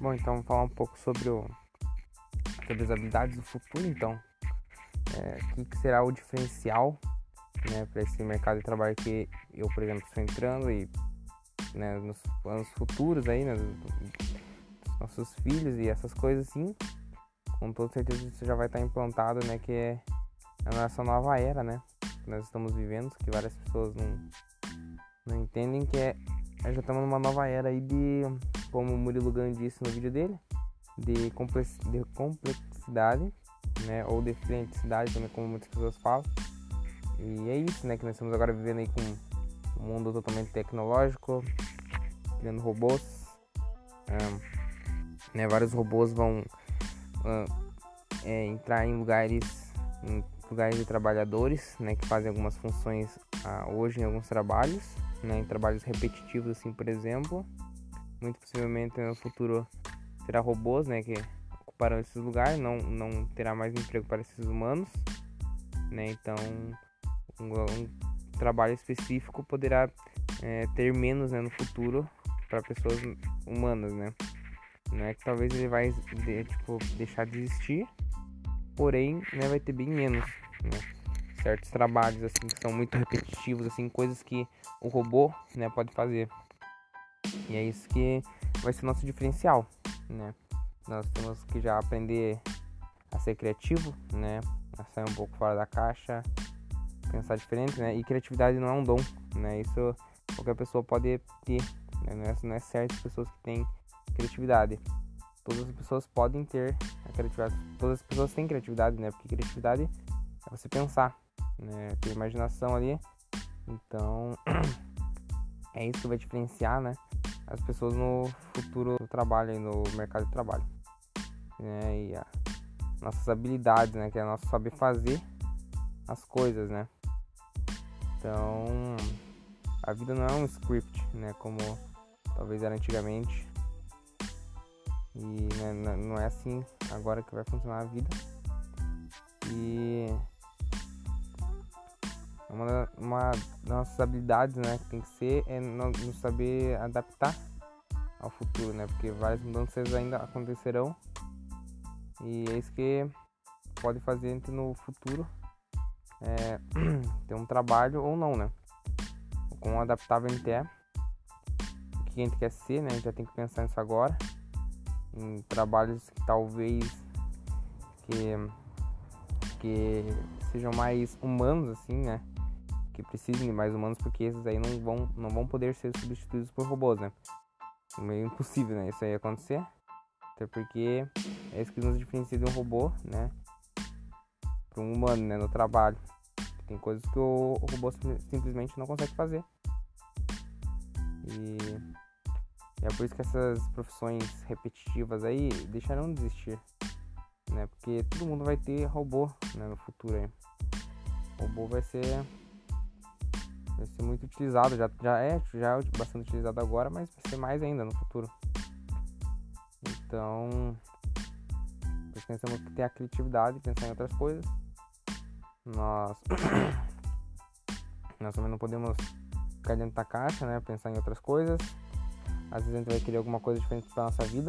Bom, então vamos falar um pouco sobre as habilidades do futuro, então. O que será o diferencial, né, para esse mercado de trabalho que eu, por exemplo, estou entrando e, né, nos planos futuros aí, né, dos nossos filhos e essas coisas assim. Com toda certeza isso já vai estar implantado, né, que é a nossa nova era, né, que nós estamos vivendo, que várias pessoas não entendem, que já estamos numa nova era aí de, como o Murilo Gun disse no vídeo dele, de complexidade, né, ou de freneticidade também, como muitas pessoas falam. E é isso, né, que nós estamos agora vivendo aí com um mundo totalmente tecnológico, criando robôs, né, vários robôs vão entrar em lugares de trabalhadores, né, que fazem algumas funções hoje em alguns trabalhos, né, em trabalhos repetitivos, assim, por exemplo. Muito possivelmente no futuro será robôs, né, que ocuparão esses lugares, não terá mais emprego para esses humanos, né, então um trabalho específico poderá ter menos, né, no futuro para pessoas humanas, né. Não é que talvez ele vai deixar de existir, porém, né, vai ter bem menos, né, certos trabalhos assim que são muito repetitivos, assim, coisas que o robô, né, pode fazer. E é isso que vai ser o nosso diferencial, né? Nós temos que já aprender a ser criativo, né, a sair um pouco fora da caixa, pensar diferente, né? E criatividade não é um dom, né? Isso qualquer pessoa pode ter, né? Não é certo as pessoas que têm criatividade. Todas as pessoas podem ter a criatividade. Todas as pessoas têm criatividade, né? Porque criatividade é você pensar, né? Ter imaginação ali. Então, é isso que vai diferenciar, né, as pessoas no futuro do trabalho e no mercado de trabalho, né? E nossas habilidades, né? Que é nosso saber fazer as coisas, né? Então, a vida não é um script, né? Como talvez era antigamente. E né, não é assim agora que vai funcionar a vida. E uma das nossas habilidades, né, que tem que ser no saber adaptar ao futuro, né? Porque várias mudanças ainda acontecerão. E é isso que pode fazer entre no futuro ter um trabalho ou não, né? O quão adaptável a gente é, o que a gente quer ser, né? A gente já tem que pensar nisso agora. Em trabalhos que talvez que sejam mais humanos, assim, né? Que precisem de mais humanos, porque esses aí não vão poder ser substituídos por robôs, né? É meio impossível, né? Isso aí acontecer. Até porque é isso que nos diferencia de um robô, né? Para um humano, né? No trabalho. Tem coisas que o robô simplesmente não consegue fazer. E é por isso que essas profissões repetitivas aí deixarão de existir, né? Porque todo mundo vai ter robô, né, no futuro aí. O robô vai ser muito utilizado, já é bastante utilizado agora, mas vai ser mais ainda no futuro. Então, por isso que nós temos que ter a criatividade, pensar em outras coisas. Nós também não podemos ficar dentro da caixa, né? Pensar em outras coisas. Às vezes a gente vai querer alguma coisa diferente para nossa vida.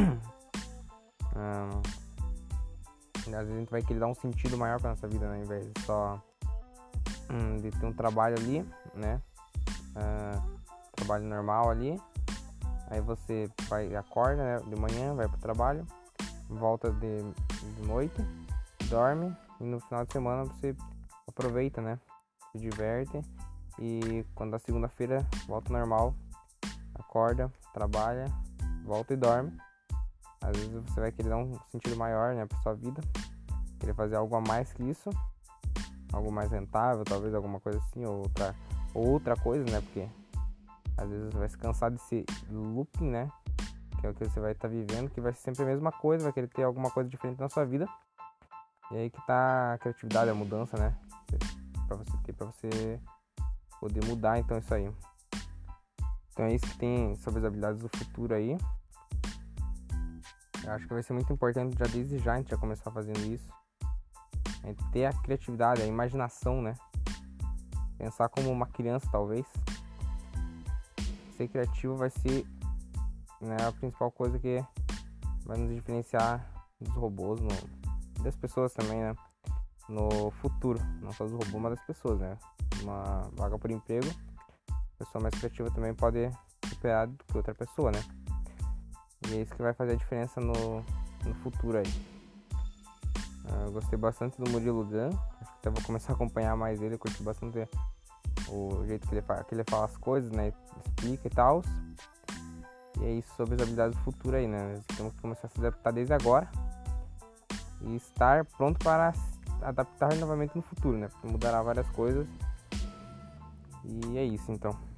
Às vezes a gente vai querer dar um sentido maior para nossa vida, né? Ao invés de só de ter um trabalho ali, né? Trabalho normal ali. Aí você acorda, né, de manhã, vai pro trabalho, volta de noite, dorme e no final de semana você aproveita, né? Se diverte e quando a segunda-feira volta normal, acorda, trabalha, volta e dorme. Às vezes você vai querer dar um sentido maior, né, pra sua vida, querer fazer algo a mais que isso, algo mais rentável, talvez alguma coisa assim, ou outra coisa, né, porque às vezes você vai se cansar desse looping, né, que é o que você vai estar vivendo, que vai ser sempre a mesma coisa, vai querer ter alguma coisa diferente na sua vida. E aí que tá a criatividade, a mudança, né, pra você poder mudar, então, isso aí. Então é isso que tem sobre as habilidades do futuro aí. Eu acho que vai ser muito importante já desde já a gente já começar fazendo isso. A gente ter a criatividade, a imaginação, né? Pensar como uma criança, talvez. Ser criativo vai ser, né, a principal coisa que vai nos diferenciar dos robôs, das pessoas também, né? No futuro, não só dos robôs, mas das pessoas, né? Uma vaga por emprego, a pessoa mais criativa também pode superar do que outra pessoa, né? E é isso que vai fazer a diferença no futuro aí. Eu gostei bastante do Murilo Gun, acho que até vou começar a acompanhar mais ele, eu curti bastante o jeito que ele fala as coisas, né? Explica e tal. E é isso sobre as habilidades do futuro aí, né? Nós temos que começar a se adaptar desde agora e estar pronto para adaptar novamente no futuro, né? Porque mudará várias coisas. E é isso então.